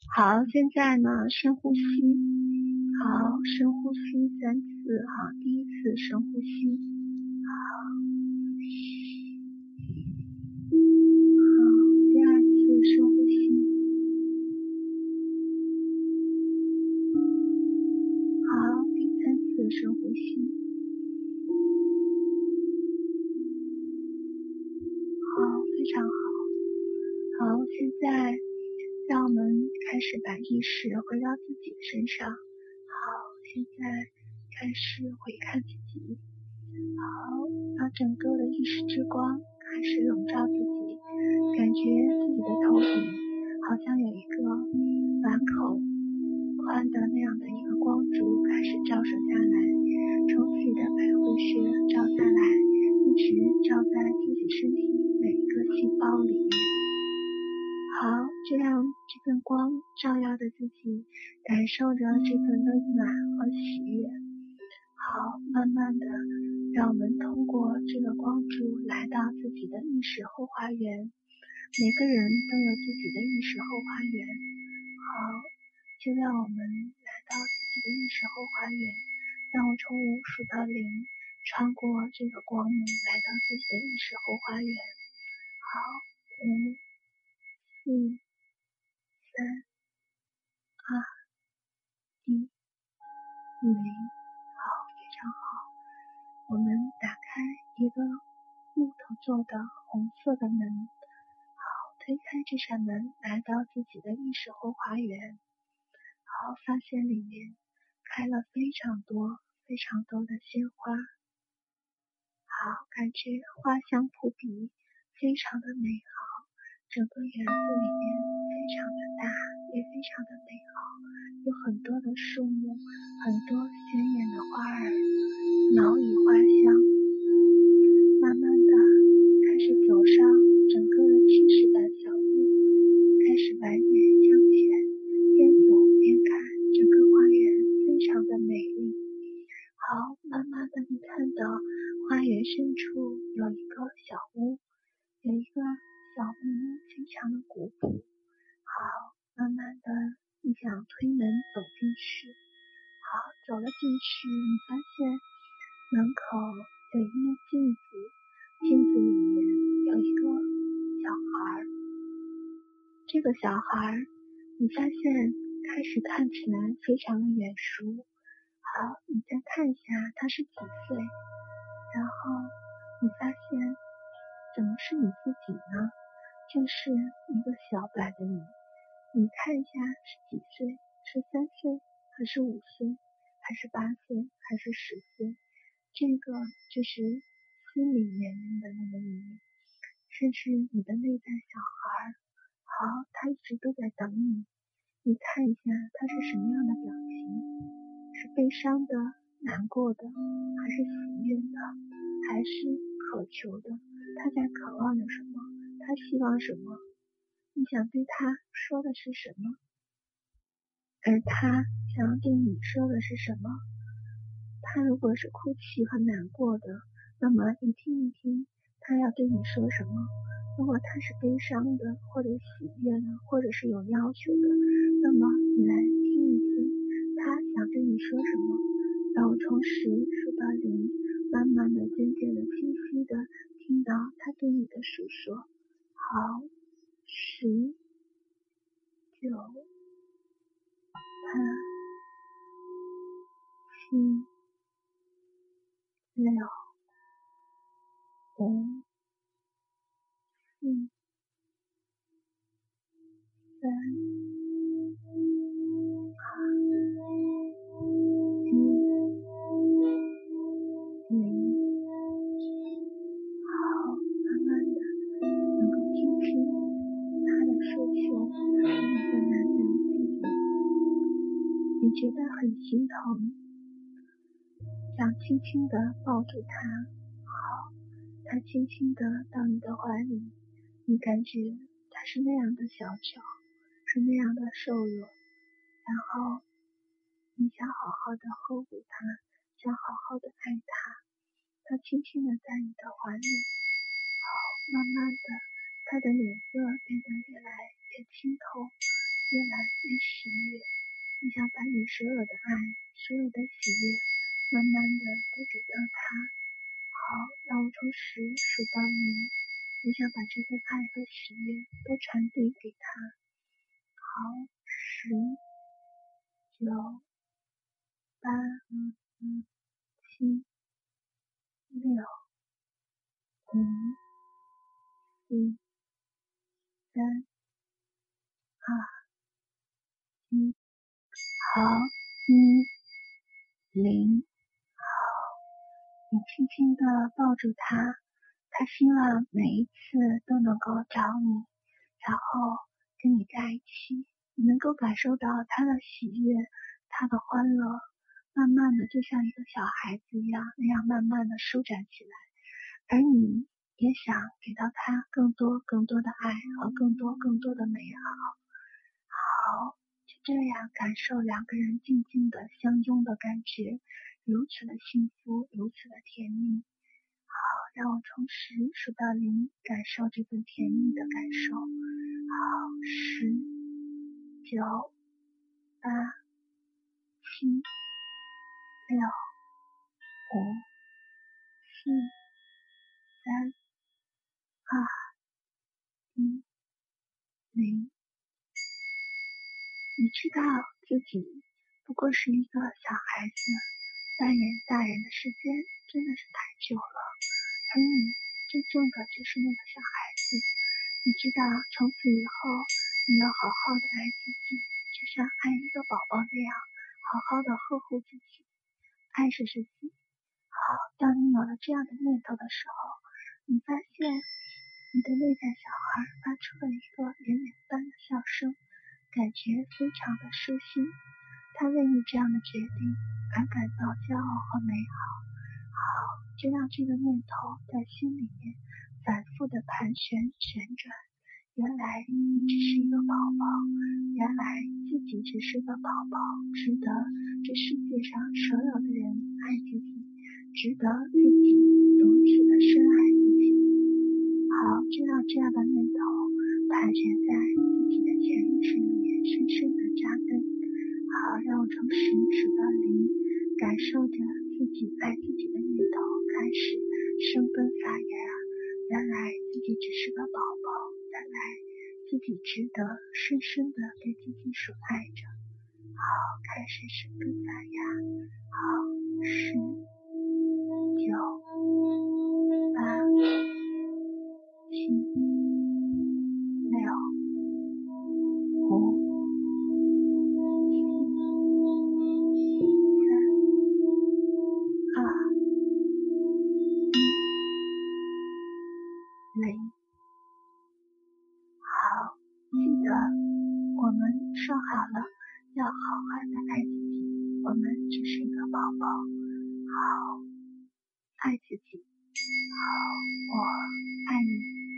好，现在呢，深呼吸。好，深呼吸3次。好，第一次深呼吸。好，第二次深呼吸。好，第3次深呼吸。好，非常好。好，现在让我们开始把意识回到自己的身上。好，现在开始回看自己。好，把整个的意识之光开始笼罩自己，感觉自己的头顶好像有一个碗口宽的那样的一个光柱开始照射下来，从自己的百会穴照下来，一直照在自己身体每一个细胞里面。好，这样这份光照耀着自己，感受着这份温暖和喜悦。好，慢慢的让我们通过这个光柱来到自己的意识后花园。每个人都有自己的意识后花园。好，就让我们来到自己的意识后花园，让我从5数到0，穿过这个光幕来到自己的意识后花园。好，5、4、3、2、1、0。好，非常好。我们打开一个木头做的红色的门。好，推开这扇门，来到自己的意识后花园。好，发现里面开了非常多的鲜花。好，感觉花香扑鼻，非常的美好。整个园子里面非常的大，也非常的美好，有很多的树木，很多鲜艳的花儿，鸟语花香。慢慢的开始走上整个的青石板小路，开始蜿蜒向前，边走边看，整个花园非常的美丽。好，慢慢的你看到花园深处有一个小屋，有一个小木屋，非常的古朴。好，慢慢的你想推门走进去。好，走了进去，你发现门口有一面镜子，镜子里面有一个小孩。这个小孩你发现开始看起来非常的眼熟。好，你再看一下他是几岁，然后你发现怎么是你自己呢？这是一个小版的你。你看一下是几岁？是3岁还是5岁还是8岁还是10岁？这个就是心理年龄的那个你，甚至你的内在小孩。好，他一直都在等你。你看一下他是什么样的表情？是悲伤的、难过的，还是喜悦的，还是渴求的？他在渴望着什么？他希望什么？你想对他说的是什么？而他想要对你说的是什么？他如果是哭泣和难过的，那么你听一听他要对你说什么。如果他是悲伤的，或者喜悦的，或者是有要求的，那么你来听一听他想对你说什么。让我从10数到0，慢慢的、渐渐的、清晰的听到他对你的诉说。好，10、9、8、7、6、5、4、3、2、1、0。好，慢慢的能够听清他的诉求，他是一个男人弟弟，你觉得很心疼，想轻轻地抱住他。好，他轻轻地到你的怀里，你感觉他是那样的小巧，是那样的瘦弱，然后你想好好的呵护他，想好好的爱他。他轻轻地在你的怀里。好，慢慢的他的脸色变得越来越清透， 越来越喜悦。你想把你所有的爱，所有的喜悦慢慢的都给到他。好，让我从10数到0，你想把这份爱和喜悦都传递给他。好，10、9、8、7、6、5、4、3、2、1。好，1、0。你轻轻地抱住他，他希望每一次都能够找你，然后跟你在一起。你能够感受到他的喜悦，他的欢乐，慢慢的就像一个小孩子一样，那样慢慢的舒展起来。而你也想给到他更多更多的爱和更多更多的美好。好，就这样感受两个人静静的相拥的感觉，如此的幸福，如此的甜蜜。好，让我从10数到0，感受这份甜蜜的感受。好，10、9、8、7、6、5、4、3、2、1、0。你知道自己不过是一个小孩子，扮演大人的时间真的是太久了，而你真正的就是那个小孩子。你知道从此以后你要好好的爱自己，就像爱一个宝宝那样，好好的呵护自己，爱惜自己。好，当你有了这样的念头的时候，你发现你的内在小孩发出了一个绵绵般的笑声，感觉非常的舒心。他为你这样的决定而感到骄傲和美好。好，就让这个念头在心里面反复的盘旋旋转。原来你只是一个宝宝，原来自己只是个宝宝，值得这世界上所有的人爱自己，值得自己如此的深爱自己。好，就让这样的念头盘旋在自己的潜意识里面深深的扎根。好，让我从10数到0，感受着自己爱自己的念头开始生根发芽。原来自己只是个宝宝，原来自己值得深深的被自己所爱着。好，开始生根发芽。好，10、9、8、7、6、5、0。好，记得我们说好了要好好的爱自己，我们只是一个宝宝。好，爱自己。好，我爱你。